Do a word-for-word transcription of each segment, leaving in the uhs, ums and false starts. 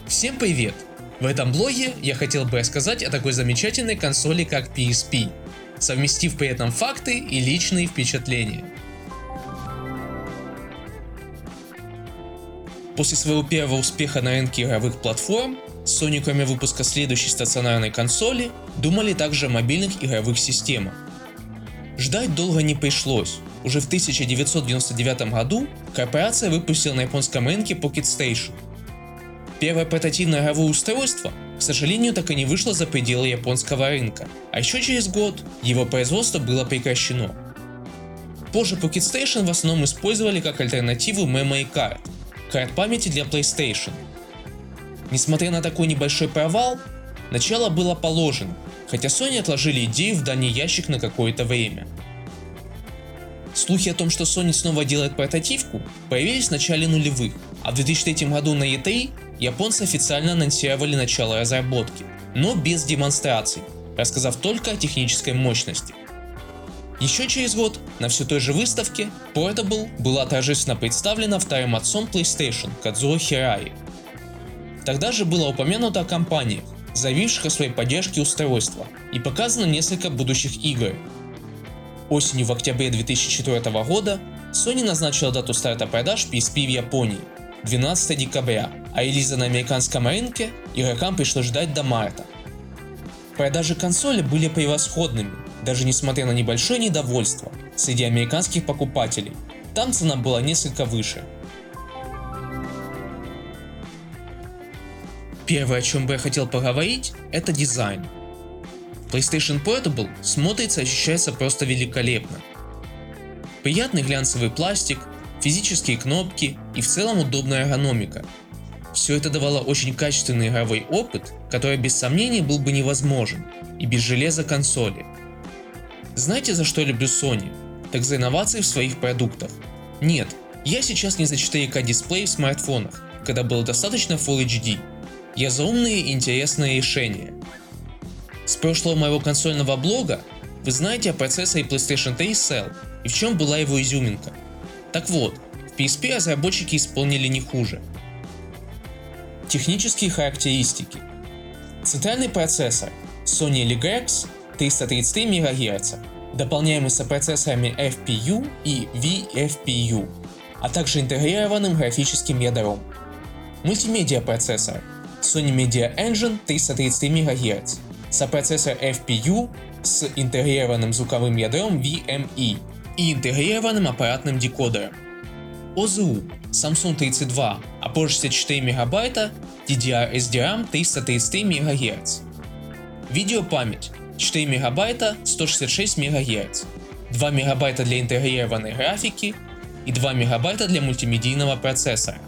Всем привет! В этом блоге я хотел бы рассказать о такой замечательной консоли, как пи эс пи, совместив при этом факты и личные впечатления. После своего первого успеха на рынке игровых платформ, Sony, кроме выпуска следующей стационарной консоли, думали также о мобильных игровых системах. Ждать долго не пришлось. Уже в тысяча девятьсот девяносто девятом году корпорация выпустила на японском рынке Pocket Station. Первое портативное игровое устройство, к сожалению, так и не вышло за пределы японского рынка, а еще через год его производство было прекращено. Позже Pocket Station в основном использовали как альтернативу Memory Card, карт памяти для PlayStation. Несмотря на такой небольшой провал, начало было положено, хотя Sony отложили идею в дальний ящик на какое-то время. Слухи о том, что Sony снова делает портативку, появились в начале нулевых, а в две тысячи третьем году на и три японцы официально анонсировали начало разработки, но без демонстраций, рассказав только о технической мощности. Еще через год на все той же выставке Portable была торжественно представлена вторым отцом PlayStation Кадзуо Хираи. Тогда же было упомянуто о компаниях, заявивших о своей поддержке устройства, и показано несколько будущих игр. Осенью в октябре две тысячи четвёртого года Sony назначила дату старта продаж пи эс пи в Японии – двенадцатого декабря, а релиза на американском рынке игрокам пришлось ждать до марта. Продажи консоли были превосходными, даже несмотря на небольшое недовольство среди американских покупателей. Там цена была несколько выше. Первое, о чем бы я хотел поговорить, это дизайн. PlayStation Portable смотрится и ощущается просто великолепно. Приятный глянцевый пластик, физические кнопки и в целом удобная эргономика. Все это давало очень качественный игровой опыт, который без сомнений был бы невозможен и без железа консоли. Знаете, за что я люблю Sony? Так за инновации в своих продуктах. Нет, я сейчас не за четыре ка дисплей в смартфонах, когда было достаточно Full эйч ди. Я за умные и интересные решения. С прошлого моего консольного блога вы знаете о процессоре PlayStation три Cell и в чем была его изюминка. Так вот, в пи эс пи разработчики исполнили не хуже. Технические характеристики. Центральный процессор Sony Allegrex триста тридцать три мегагерца, дополняемый сопроцессорами эф пи ю и ви эф пи ю, а также интегрированным графическим ядром. Мультимедиа процессор Sony Media Engine триста тридцать три мегагерца, сопроцессор эф пи ю с интегрированным звуковым ядром ви эм и и интегрированным аппаратным декодером. о зэ ю Samsung тридцать два, а позже шестьдесят четыре мегабайта, ди ди ар эс ди рам триста тридцать три мегагерца. Видеопамять четыре мегабайта, сто шестьдесят шесть мегагерц, два мегабайта для интегрированной графики и два мегабайта для мультимедийного процессора.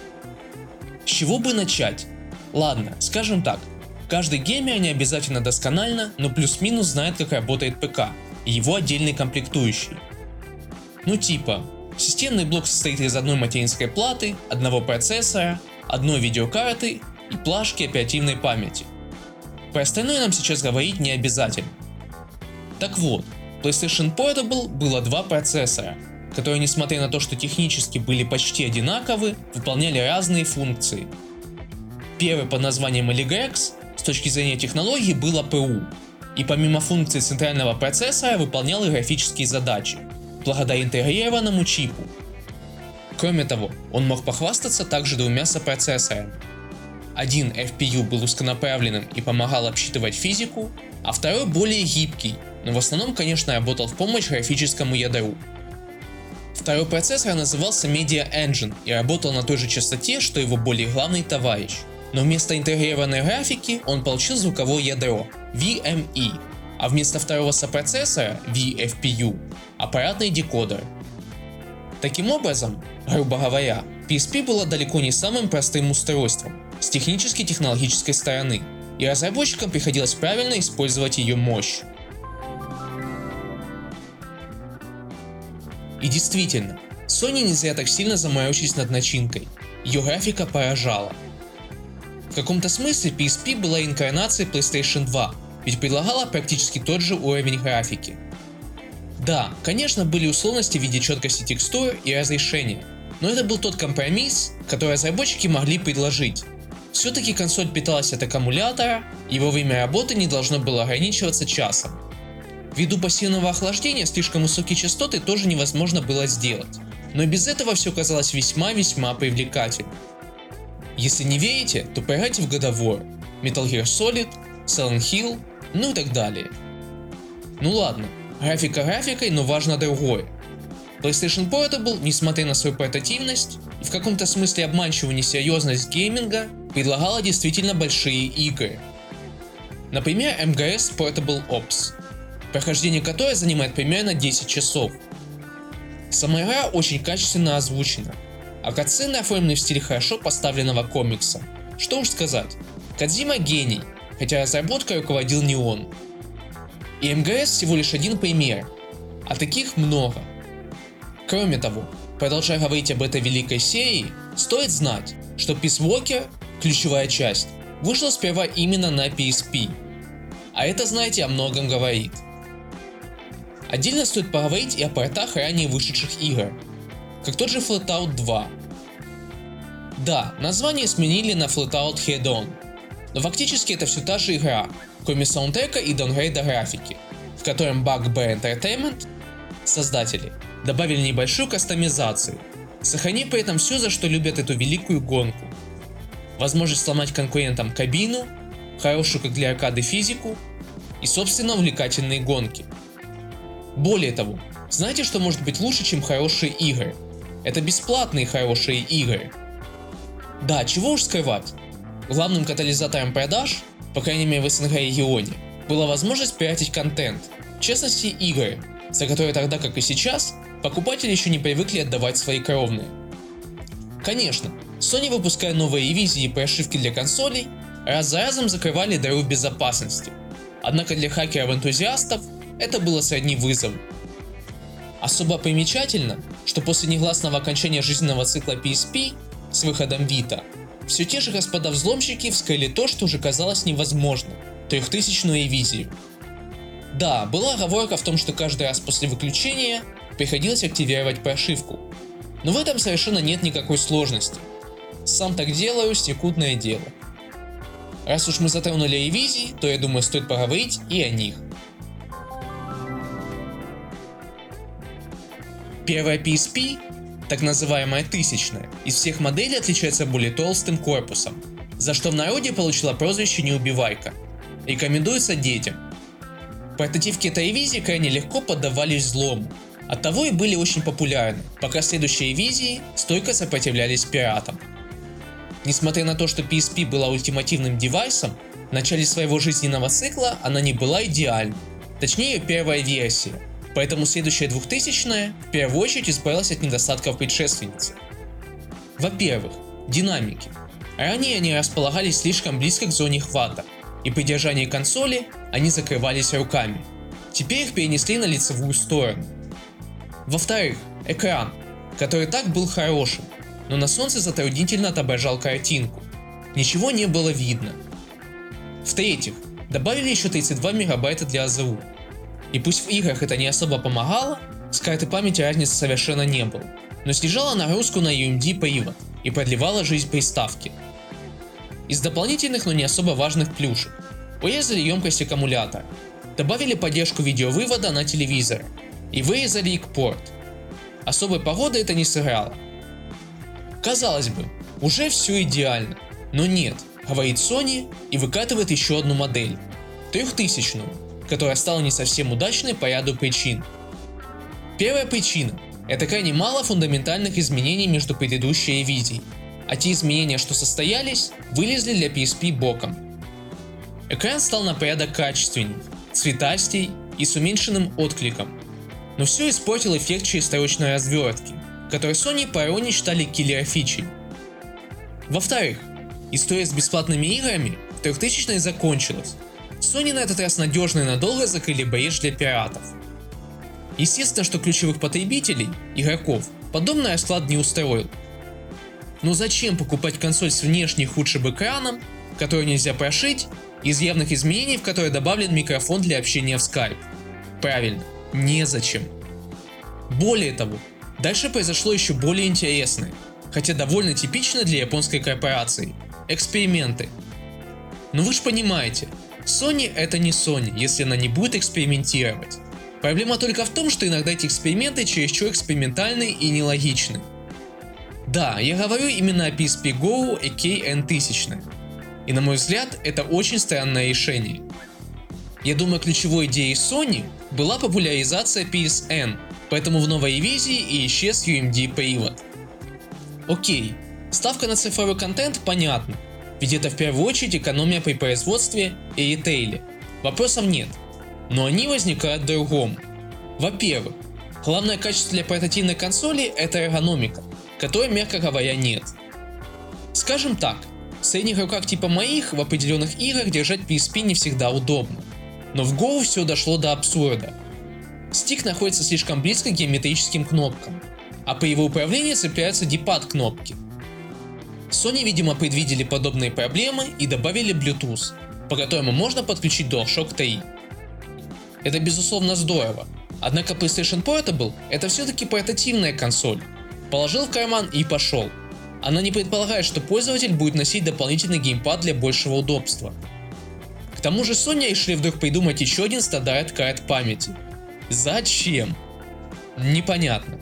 С чего бы начать? Ладно, скажем так, каждый геймер не обязательно досконально, но плюс-минус знает, как работает ПК и его отдельные комплектующие. Ну типа, системный блок состоит из одной материнской платы, одного процессора, одной видеокарты и плашки оперативной памяти. Про остальное нам сейчас говорить не обязательно. Так вот, в PlayStation Portable было два процессора, которые, несмотря на то, что технически были почти одинаковы, выполняли разные функции. Первый под названием Allegrex с точки зрения технологии был эй пи ю, и помимо функций центрального процессора выполнял и графические задачи, благодаря интегрированному чипу. Кроме того, он мог похвастаться также двумя сопроцессорами. Один эф пи ю был узконаправленным и помогал обсчитывать физику, а второй более гибкий, но в основном, конечно, работал в помощь графическому ядру. Второй процессор назывался Media Engine и работал на той же частоте, что его более главный товарищ. Но вместо интегрированной графики он получил звуковое ядро ви эм и, а вместо второго сопроцессора ви эф пи ю аппаратный декодер. Таким образом, грубо говоря, пи эс пи была далеко не самым простым устройством с технической и технологической стороны, и разработчикам приходилось правильно использовать ее мощь. И действительно, Sony не зря так сильно заморочились над начинкой, ее графика поражала. В каком-то смысле пи эс пи была инкарнацией PlayStation два, ведь предлагала практически тот же уровень графики. Да, конечно, были условности в виде четкости текстур и разрешения, но это был тот компромисс, который разработчики могли предложить. Все-таки консоль питалась от аккумулятора, и во время работы не должно было ограничиваться часом. Ввиду пассивного охлаждения слишком высокие частоты тоже невозможно было сделать, но и без этого все казалось весьма-весьма привлекательным. Если не верите, то поиграйте в God of War, Metal Gear Solid, Silent Hill, ну и так далее. Ну ладно, графика графикой, но важно другое. PlayStation Portable, несмотря на свою портативность и в каком-то смысле обманчивую несерьезность гейминга, предлагала действительно большие игры. Например, эм джи эс Portable Ops, прохождение которой занимает примерно десять часов. Сама игра очень качественно озвучена, а катсцены оформлены в стиле хорошо поставленного комикса. Что уж сказать, Кодзима гений, хотя разработкой руководил не он. И эм джи эс всего лишь один пример, а таких много. Кроме того, продолжая говорить об этой великой серии, стоит знать, что Peace Walker, ключевая часть, вышла сперва именно на пи эс пи. А это, знаете, о многом говорит. Отдельно стоит поговорить и о портах ранее вышедших игр, как тот же Flatout два. Да, название сменили на Flatout Head On, но фактически это все та же игра, кроме саундтрека и даунгрейда графики, в котором Bugbear Entertainment, создатели, добавили небольшую кастомизацию, сохранив при этом все, за что любят эту великую гонку. Возможность сломать конкурентам кабину, хорошую как для аркады физику и собственно увлекательные гонки. Более того, знаете, что может быть лучше, чем хорошие игры? Это бесплатные хорошие игры. Да, чего уж скрывать, главным катализатором продаж, по крайней мере в эс эн гэ регионе, была возможность пиратить контент, в частности игры, за которые тогда, как и сейчас, покупатели еще не привыкли отдавать свои кровные. Конечно, Sony, выпуская новые ревизии и прошивки для консолей, раз за разом закрывали дыру в безопасности, однако для хакеров-энтузиастов это было сродни вызову. Особо примечательно, что после негласного окончания жизненного цикла пи эс пи с выходом Vita, все те же господа взломщики вскрыли то, что уже казалось невозможным – трехтысячную ревизию. Да, была оговорка в том, что каждый раз после выключения приходилось активировать прошивку, но в этом совершенно нет никакой сложности. Сам так делаю, секундное дело. Раз уж мы затронули ревизии, то я думаю, стоит поговорить и о них. Первая пи эс пи, так называемая тысячная, из всех моделей отличается более толстым корпусом, за что в народе получила прозвище «неубивайка». Рекомендуется детям. Портативки этой ревизии крайне легко поддавались взлому, оттого и были очень популярны, пока следующие ревизии стойко сопротивлялись пиратам. Несмотря на то, что пи эс пи была ультимативным девайсом, в начале своего жизненного цикла она не была идеальной, точнее ее первая версия, поэтому следующая двухтысячная в первую очередь избавилась от недостатков предшественницы. Во-первых, динамики. Ранее они располагались слишком близко к зоне хвата, и при держании консоли они закрывались руками. Теперь их перенесли на лицевую сторону. Во-вторых, экран, который так был хорошим, но на солнце затруднительно отображал картинку. Ничего не было видно. В-третьих, добавили еще тридцать два мегабайта для а зэ у. И пусть в играх это не особо помогало, с карты памяти разницы совершенно не было, но снижала нагрузку на ю эм ди привод и продлевала жизнь приставки. Из дополнительных, но не особо важных плюшек: урезали емкость аккумулятора, добавили поддержку видеовывода на телевизор и вырезали икпорт. Особой погоды это не сыграло. Казалось бы, уже все идеально, но нет, говорит Sony и выкатывает еще одну модель, трехтысячную, которая стала не совсем удачной по ряду причин. Первая причина – это крайне мало фундаментальных изменений между предыдущей ревизией, а те изменения, что состоялись, вылезли для пи эс пи боком. Экран стал на порядок качественней, цветастей и с уменьшенным откликом, но все испортил эффект чересторочной развертки, который Sony по иронии считали киллер-фичей. Во-вторых, история с бесплатными играми в трехтысячной закончилась. Sony на этот раз надежно и надолго закрыли брешь для пиратов. Естественно, что ключевых потребителей, игроков, подобный расклад не устроил. Но зачем покупать консоль с внешне худшим экраном, который нельзя прошить, из явных изменений, в которые добавлен микрофон для общения в Skype? Правильно, незачем. Более того, дальше произошло еще более интересное, хотя довольно типично для японской корпорации. Эксперименты. Но вы же понимаете, Sony это не Sony, если она не будет экспериментировать. Проблема только в том, что иногда эти эксперименты чересчур экспериментальны и нелогичны. Да, я говорю именно о пи эс пи Go эй кей эн тысяча. И на мой взгляд, это очень странное решение. Я думаю, ключевой идеей Sony была популяризация пи эс эн, поэтому в новой ревизии и исчез ю эм ди привод. Окей, ставка на цифровой контент понятна, ведь это в первую очередь экономия при производстве и ритейле. Вопросов нет, но они возникают в другом. Во-первых, главное качество для портативной консоли – это эргономика, которой, мягко говоря, нет. Скажем так, в средних руках типа моих в определенных играх держать пи эс пи не всегда удобно. Но в Go все дошло до абсурда. Стик находится слишком близко к геометрическим кнопкам, а при его управлении цепляются D-pad кнопки. Sony, видимо, предвидели подобные проблемы и добавили Bluetooth, по которому можно подключить DualShock три. Это безусловно здорово, однако PlayStation Portable это все-таки портативная консоль. Положил в карман и пошел. Она не предполагает, что пользователь будет носить дополнительный геймпад для большего удобства. К тому же Sony решили вдруг придумать еще один стандарт карт памяти. Зачем? Непонятно.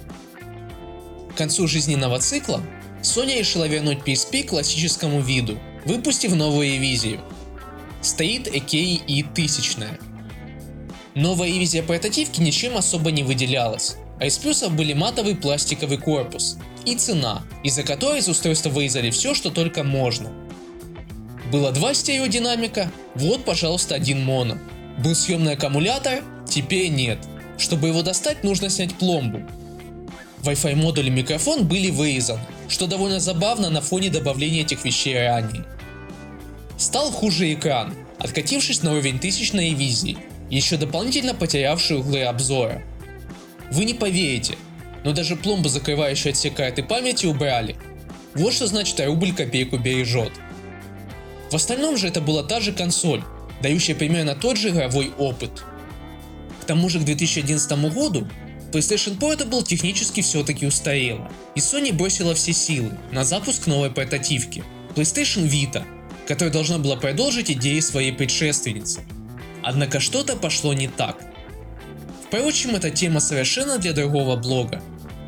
К концу жизненного цикла Sony решила вернуть пи эс пи к классическому виду, выпустив новую ревизию. Стоит эй кей и тысяча. Новая ревизия портативки ничем особо не выделялась, а из плюсов были матовый пластиковый корпус и цена, из-за которой из устройства вырезали все, что только можно. Было два стереодинамика, вот пожалуйста один моно. Был съемный аккумулятор, теперь нет. Чтобы его достать, нужно снять пломбу. Wi-Fi модуль и микрофон были вырезаны, что довольно забавно на фоне добавления этих вещей ранее. Стал хуже экран, откатившись на уровень тысячной ревизии, еще дополнительно потерявший углы обзора. Вы не поверите, но даже пломбу, закрывающую отсек карты памяти, убрали. Вот что значит рубль копейку бережет. В остальном же это была та же консоль, дающая примерно тот же игровой опыт. К тому же к две тысячи одиннадцатому году PlayStation Portable технически все-таки устарела, и Sony бросила все силы на запуск новой портативки PlayStation Vita, которая должна была продолжить идеи своей предшественницы. Однако что-то пошло не так. Впрочем, это тема совершенно для другого блога.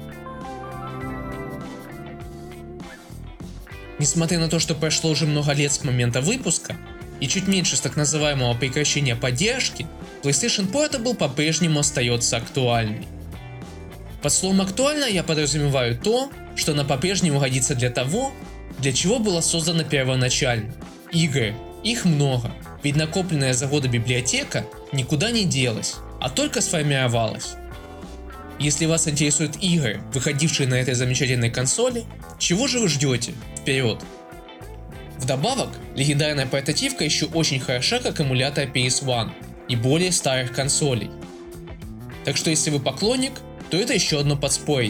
Несмотря на то, что прошло уже много лет с момента выпуска и чуть меньше с так называемого прекращения поддержки, PlayStation Portable по-прежнему остается актуальной. Под словом «актуально» я подразумеваю то, что она по-прежнему годится для того, для чего была создана первоначально. Игры. Их много, ведь накопленная за годы библиотека никуда не делась, а только сформировалась. Если вас интересуют игры, выходившие на этой замечательной консоли, чего же вы ждете? Вперед! Вдобавок, легендарная портативка еще очень хороша как эмулятор пи эс один и более старых консолей. Так что если вы поклонник, то это еще одно подспорье.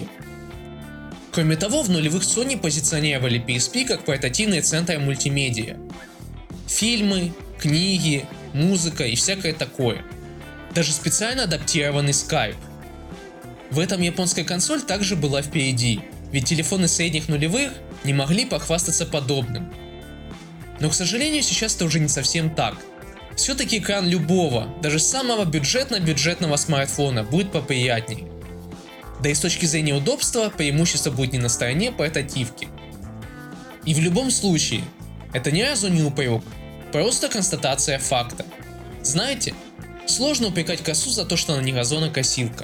Кроме того, в нулевых Sony позиционировали пи эс пи как портативный центр мультимедиа. Фильмы, книги, музыка и всякое такое. Даже специально адаптированный Skype. В этом японская консоль также была впереди, ведь телефоны средних нулевых не могли похвастаться подобным. Но, к сожалению, сейчас это уже не совсем так. Все-таки экран любого, даже самого бюджетно-бюджетного смартфона будет поприятнее. Да и с точки зрения удобства, преимущество будет не на стороне портативки. И в любом случае, это ни разу не упрек, просто констатация факта. Знаете, сложно упрекать косу за то, что она не газонокосилка.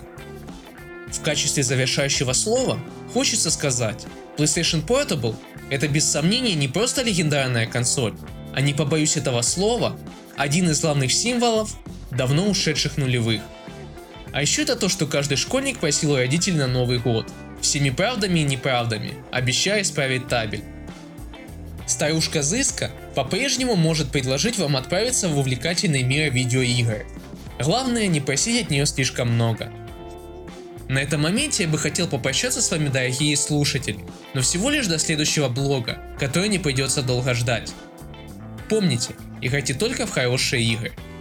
В качестве завершающего слова хочется сказать, PlayStation Portable это без сомнения не просто легендарная консоль, а не побоюсь этого слова, один из главных символов давно ушедших нулевых. А еще это то, что каждый школьник просил у родителей на Новый год, всеми правдами и неправдами, обещая исправить табель. Старушка Зыска по-прежнему может предложить вам отправиться в увлекательный мир видеоигр. Главное, не просить от нее слишком много. На этом моменте я бы хотел попрощаться с вами, дорогие слушатели, но всего лишь до следующего блога, который не придется долго ждать. Помните, играйте только в хорошие игры.